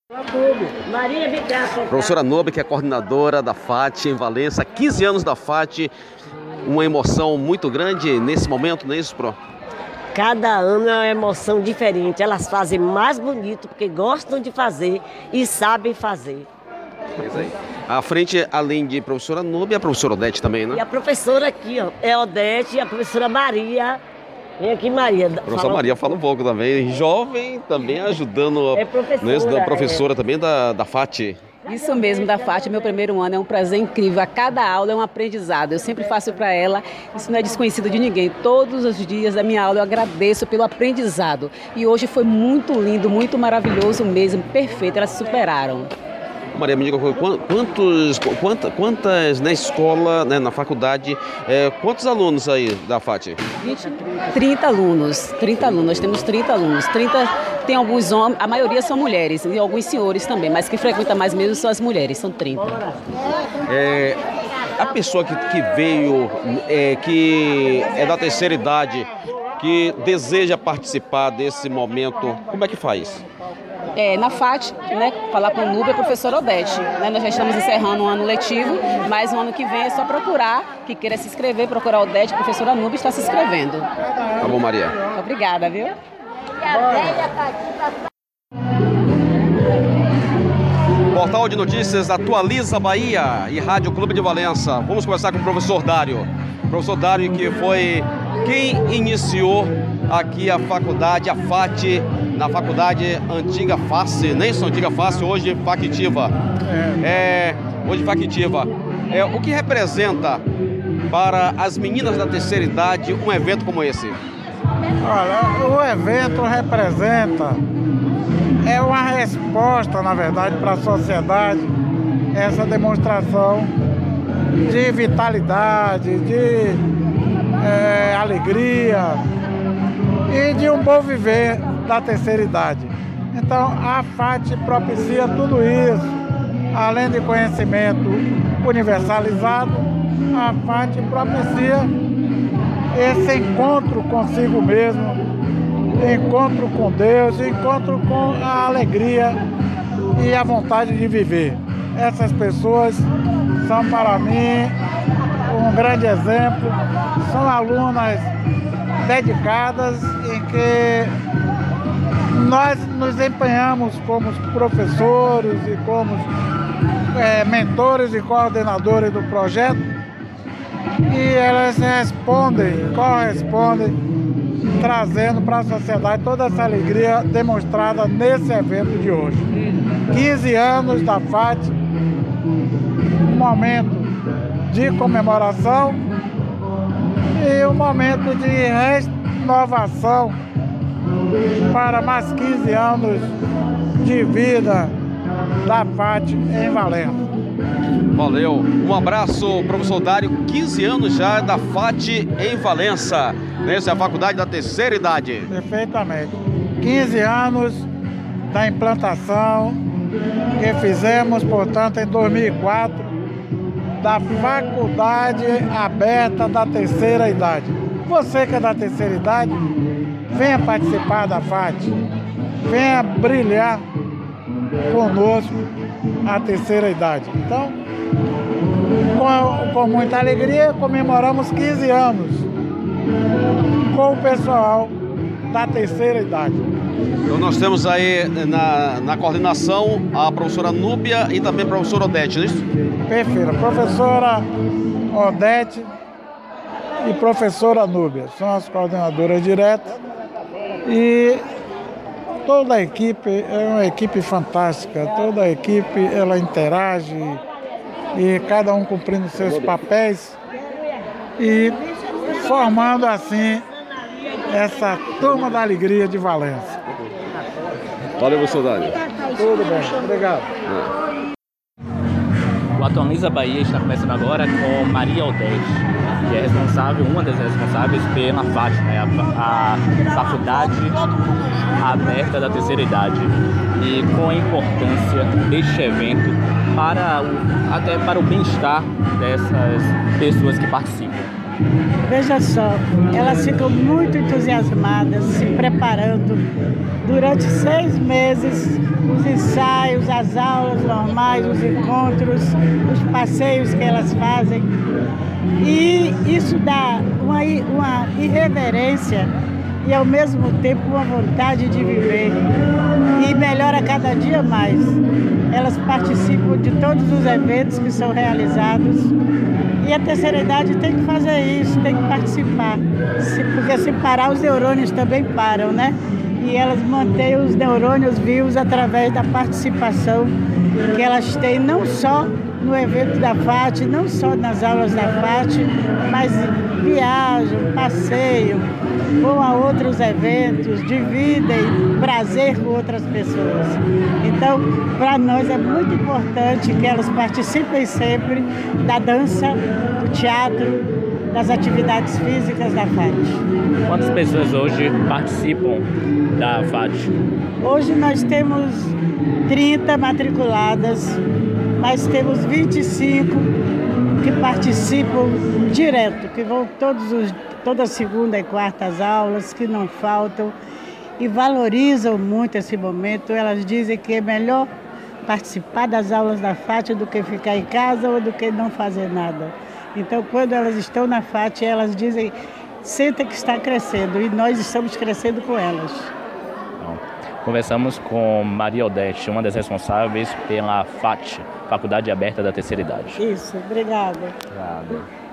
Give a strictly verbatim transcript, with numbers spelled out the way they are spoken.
Maria Vidraça. Professora Nubia, que é coordenadora da F A T em Valença, quinze anos da F A T, uma emoção muito grande nesse momento, não é isso, Pro? Cada ano é uma emoção diferente, elas fazem mais bonito porque gostam de fazer e sabem fazer. Isso aí. À frente, além de professora Nubia, a professora Odete também, né? E a professora aqui, ó, é Odete e a professora Maria. Vem aqui, Maria. A professora Maria fala um pouco também, jovem, também ajudando é professora, a professora é. também da, da F A T. Isso mesmo, da F A T, meu primeiro ano, é um prazer incrível. A cada aula é um aprendizado. Eu sempre faço para ela, isso não é desconhecido de ninguém. Todos os dias da minha aula eu agradeço pelo aprendizado. E hoje foi muito lindo, muito maravilhoso mesmo, perfeito, elas se superaram. Maria, me diga, quantos, quantas, quantas na escola, né, na faculdade, é, quantos alunos aí da F A T? vinte, trinta alunos, trinta alunos, nós temos trinta alunos, trinta, tem alguns homens, a maioria são mulheres e alguns senhores também, mas quem frequenta mais mesmo são as mulheres, são trinta. É, a pessoa que, que veio, é, que é da terceira idade, que deseja participar desse momento, como é que faz? É, na F A T, né, falar com o Nubia, a professora Odete. Né, nós já estamos encerrando um ano letivo, mas no ano que vem é só procurar, que queira se inscrever, procurar a Odete, a professora Nubia está se inscrevendo. Tá bom, Maria. Obrigada, viu? Portal de Notícias Atualiza Bahia e Rádio Clube de Valença. Vamos começar com o professor Dário. O professor Dário, que foi quem iniciou aqui a faculdade, a F A T, na faculdade antiga F A C, nem só antiga F A C, hoje Factiva. É, hoje Factiva. É, o que representa para as meninas da terceira idade um evento como esse? Olha, o evento representa, é uma resposta, na verdade, para a sociedade, essa demonstração de vitalidade, de é, alegria e de um bom viver da terceira idade. Então a F A T propicia tudo isso, além de conhecimento universalizado, a F A T propicia esse encontro consigo mesmo, encontro com Deus, encontro com a alegria e a vontade de viver. Essas pessoas são para mim um grande exemplo, são alunas dedicadas em que nós nos empenhamos como professores e como é, mentores e coordenadores do projeto, e elas respondem, correspondem, trazendo para a sociedade toda essa alegria demonstrada nesse evento de hoje. quinze anos da F A T, um momento de comemoração e um momento de renovação para mais quinze anos de vida da F A T em Valença. Valeu, um abraço, professor Dário, quinze anos já da F A T em Valença, nessa é a faculdade da terceira idade. Perfeitamente, quinze anos da implantação que fizemos, portanto, em dois mil e quatro, da faculdade aberta da terceira idade. Você que é da terceira idade, venha participar da F A T, venha brilhar conosco a terceira idade. Então, com, com muita alegria, comemoramos quinze anos com o pessoal da terceira idade. Então nós temos aí na, na coordenação a professora Nubia e também a professora Odete, não é isso? Perfeito. Professora Odete e professora Nubia são as coordenadoras diretas, e toda a equipe é uma equipe fantástica, toda a equipe ela interage e cada um cumprindo seus papéis e formando assim essa turma da alegria de Valença. Valeu, professor Dário. Tudo bem, obrigado. O Atualiza Bahia está começando agora com Maria Odete, que é responsável, uma das responsáveis pela F A T, né, a, a Faculdade Aberta da Terceira Idade, e com a importância deste evento para o, até para o bem-estar dessas pessoas que participam. Veja só, elas ficam muito entusiasmadas, se preparando durante seis meses, os ensaios, temos as aulas normais, os encontros, os passeios que elas fazem. E isso dá uma, uma irreverência e, ao mesmo tempo, uma vontade de viver. E melhora cada dia mais. Elas participam de todos os eventos que são realizados. E a terceira idade tem que fazer isso, tem que participar. Porque se parar, os neurônios também param, né? E elas mantêm os neurônios vivos através da participação que elas têm, não só no evento da F A T, não só nas aulas da F A T, mas viajam, passeiam, vão a outros eventos, dividem prazer com outras pessoas. Então, para nós é muito importante que elas participem sempre da dança, do teatro, das atividades físicas da F A T. Quantas pessoas hoje participam da F A T? Hoje nós temos trinta matriculadas, mas temos vinte e cinco que participam direto, que vão todos os, toda segunda e quarta às aulas, que não faltam e valorizam muito esse momento. Elas dizem que é melhor participar das aulas da F A T do que ficar em casa ou do que não fazer nada. Então, quando elas estão na F A T, elas dizem, senta que está crescendo, e nós estamos crescendo com elas. Conversamos com Maria Odete, uma das responsáveis pela F A T, Faculdade Aberta da Terceira Idade. Isso, obrigada. Obrigado.